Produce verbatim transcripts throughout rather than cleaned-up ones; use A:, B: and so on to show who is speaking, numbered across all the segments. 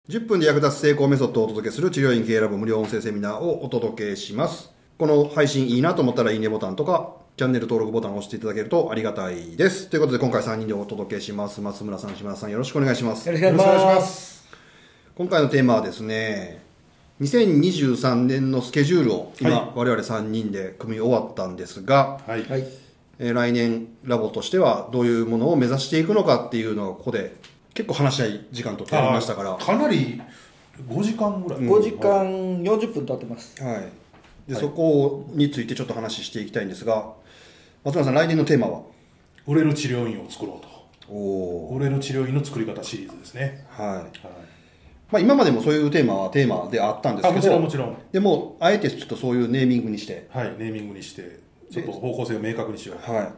A: じゅっぷんで役立つ成功メソッドをお届けする治療院経営ラボ無料音声セミナーをお届けします。この配信いいなと思ったらいいねボタンとかチャンネル登録ボタンを押していただけるとありがたいです。ということで今回さんにんでお届けします。松村さん、島田さん、よろしくお願いします。
B: よろしくお願いします。
A: 今回のテーマはですね、にせんにじゅうさんねんのスケジュールを今、はい、我々さんにんで組み終わったんですが、はいえー、来年ラボとしてはどういうものを目指していくのかっていうのがここで結構話し合い時間とってありましたから、
C: かなりごじかんぐらい、
B: ごじかんよんじゅっぷん経ってます。
A: はい。で、はい、そこについてちょっと話していきたいんですが、松村さん、来年のテーマは
C: 売れる治療院を作ろうと。
A: お
C: 売れる治療院の作り方シリーズですね。
A: はい。はい、まあ、今までもそういうテーマはテーマであったんですけど、
C: もちろんもちろん。
A: でもあえてちょっとそういうネーミングにして、
C: はい、ネーミングにしてちょっと方向性を明確にしよう。
A: はい。はい、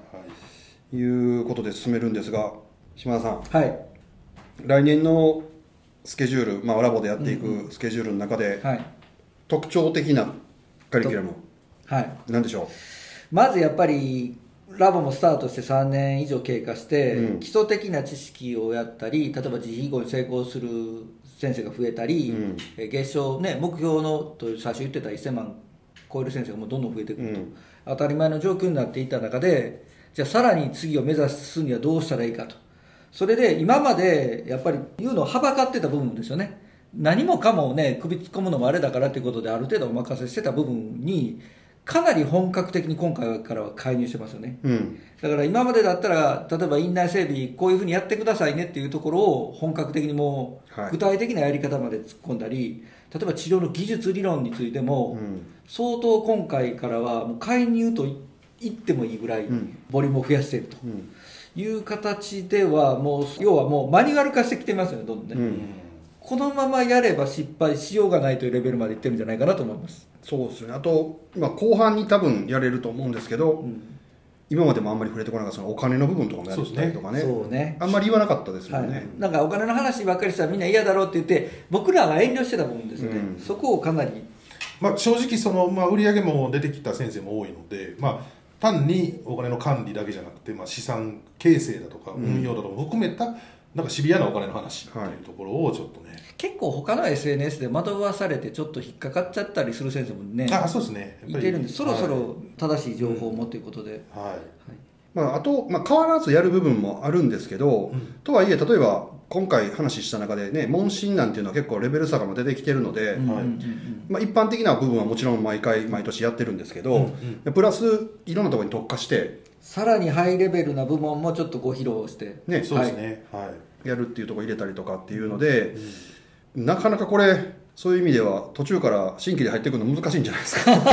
A: いうことで進めるんですが、島田さん。
B: はい。
A: 来年のスケジュール、まあ、ラボでやっていくスケジュールの中で、はい、特徴的なカリキュラム、はい、何でしょ
B: う。まずやっぱりラボもスタートしてさんねん以上経過して、うん、基礎的な知識をやったり、例えば自費移行に成功する先生が増えたり、うん、月賞、ね、目標のと最初言ってたせんまん超える先生がもうどんどん増えてくると、うん、当たり前の状況になっていった中で、じゃあさらに次を目指すにはどうしたらいいかと。それで今までやっぱり言うのをはばかってた部分ですよね。何もかもね首突っ込むのもあれだからということである程度お任せしてた部分にかなり本格的に今回からは介入してますよね、うん、だから今までだったら例えば院内整備こういうふうにやってくださいねっていうところを本格的にもう具体的なやり方まで突っ込んだり、例えば治療の技術理論についても相当今回からはもう介入と言ってもいいぐらいボリュームを増やしていると、うんいう形ではもう要はもうマニュアル化してきてますよね、どんどんね、うん、このままやれば失敗しようがないというレベルまでいってるんじゃないかなと思います。
A: そうですね。あと今後半に多分やれると思うんですけど、うん、今までもあんまり触れてこなかったそのお金の部分とかもやったりとかね、
B: そうね、
A: あんまり言わなかったですよね、はい、
B: なんかお金の話ばっかりしたらみんな嫌だろうって言って僕らが遠慮してた部分ですよね、うん、そこをかなり、
C: まあ、正直その、まあ、売り上げも出てきた先生も多いので、まあ単にお金の管理だけじゃなくて、まあ、資産形成だとか運用だとかも含めた、うん、なんかシビアなお金の話っていうところをちょっとね、はい、
B: 結構他の エスエヌエス で惑わされてちょっと引っかかっちゃったりする先生もね、
C: あ、そうですね、
B: いてるんで、そろそろ正しい情報をもということで、
A: うん、はい、はい、まあ、あと、まあ、変わらずやる部分もあるんですけど、うん、とはいえ例えば今回話した中でね、問診なんていうのは結構レベル差が出てきてるので、うんうんうん、まあ、一般的な部分はもちろん毎回毎年やってるんですけど、うんうん、プラスいろんなところに特化して
B: さらにハイレベルな部門もちょっとご披露して、
C: ね、そうですね、はい、
A: やるっていうところ入れたりとかっていうので、うん、なかなかこれそういう意味では途中から新規で入ってくるの難しいんじゃないですか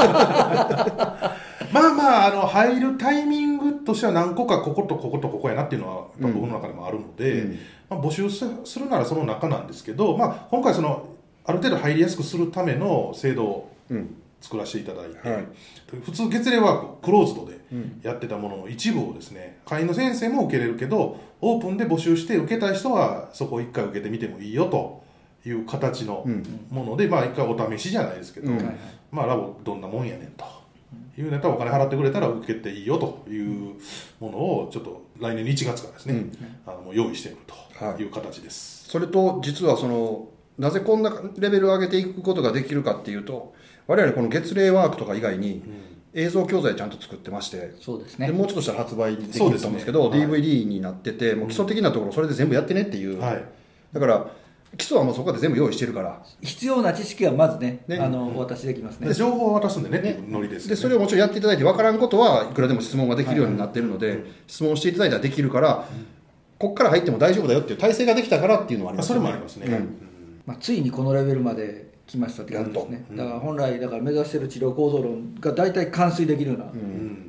C: まあまあ、あの入るタイミングとしては何個かこことこことここやなっていうのは僕の中でもあるので、うん、まあ、募集するならその中なんですけど、まあ、今回そのある程度入りやすくするための制度を作らせていただいて、うん、はい、普通月例ワーククローズドでやってたものの一部をですね、会員の先生も受けれるけどオープンで募集して受けたい人はそこをいっかい受けてみてもいいよという形のもので、うん、まあ一回お試しじゃないですけど、うん、まあラボどんなもんやねんというネタをお金払ってくれたら受けていいよというものをちょっと来年のいちがつからですね、うん、あの用意しているという形です、
A: はい、それと実はそのなぜこんなレベルを上げていくことができるかっていうと、我々この月例ワークとか以外に映像教材ちゃんと作ってまして、
B: そうですね、
A: でもうちょっとしたら発売できると思うんですけど、ね、はい、ディーブイディー になってて、もう基礎的なところそれで全部やってねっていう、はい、だから基礎はもうそこで全部用意してるから
B: 必要な知識はまず ね, ねあの、うん、お渡しできますね。
C: で情報を渡すんでねっていうノリですよね。
A: でそれをもちろんやっていただいて分からんことはいくらでも質問ができるようになってるので、はいはい、質問していただいたらできるから、うん、ここから入っても大丈夫だよっていう体制ができたからっていうのはあります
C: ね。それもありますね、うん、
B: まあ、ついにこのレベルまで来ましたって感じですね、うん、だから本来だから目指している治療構造論が大体完遂できるような、うん、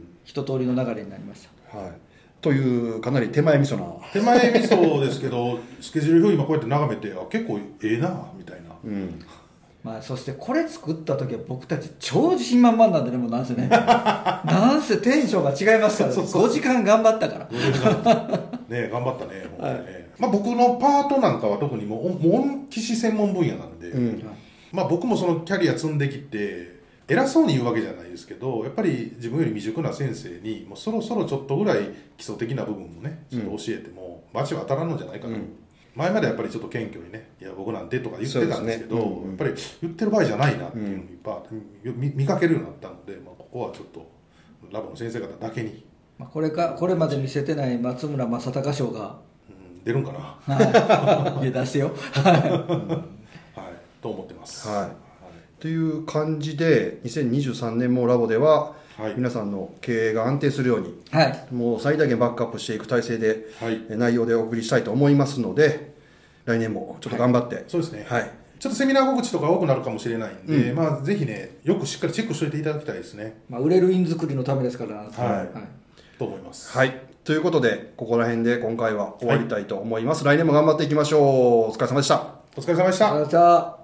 B: 一通りの流れになりました、
A: はい、というかなり手前味噌な
C: 手前味噌ですけどスケジュール表今こうやって眺めてあ結構ええなみたいな、うん、
B: まあ、そしてこれ作った時は僕たち超自信満々なんでね、もうなんせねなんせテンションが違いますから、ね、そうそうごじかん頑張ったから
C: ね、頑張ったね、本当にね、はい、まあ、僕のパートなんかは特にもう門騎士専門分野なんで、うん、まあ、僕もそのキャリア積んできて偉そうに言うわけじゃないですけど、やっぱり自分より未熟な先生にもうそろそろちょっとぐらい基礎的な部分もねちょっと教えても罰は当たらんのじゃないかと、うん、 前までやっぱりちょっと謙虚にね、いや僕なんてとか言ってたんですけど、
A: そうですねうんうん、
C: やっぱり言ってる場合じゃないなっていうのをいっぱい見見かけるようになったので、まあ、ここはちょっとラボの先生方だけに、
B: まあ、これかこれまで見せてない松村正隆賞が、
C: うん、出るんかな、
B: はい、いや出してよ
C: はい、と思ってます。
A: はい、はい、という感じでにせんにじゅうさんねんもラボでは、はい、皆さんの経営が安定するように、はい、もう最大限バックアップしていく体制で、はい、内容でお送りしたいと思いますので、来年もちょっと頑張って、はい、
C: そうですね、はい、ちょっとセミナー告知とか多くなるかもしれないんで、うん、まあ、ぜひねよくしっかりチェックしておいていただきたいですね、
B: まあ、売れる印作りのためですから、はい、
C: はい、と思います。
A: はい、ということでここら辺で今回は終わりたいと思います、はい、来年も頑張っていきましょう。お疲れ様でした。
C: お疲れ様でした。
B: お疲れ様でした。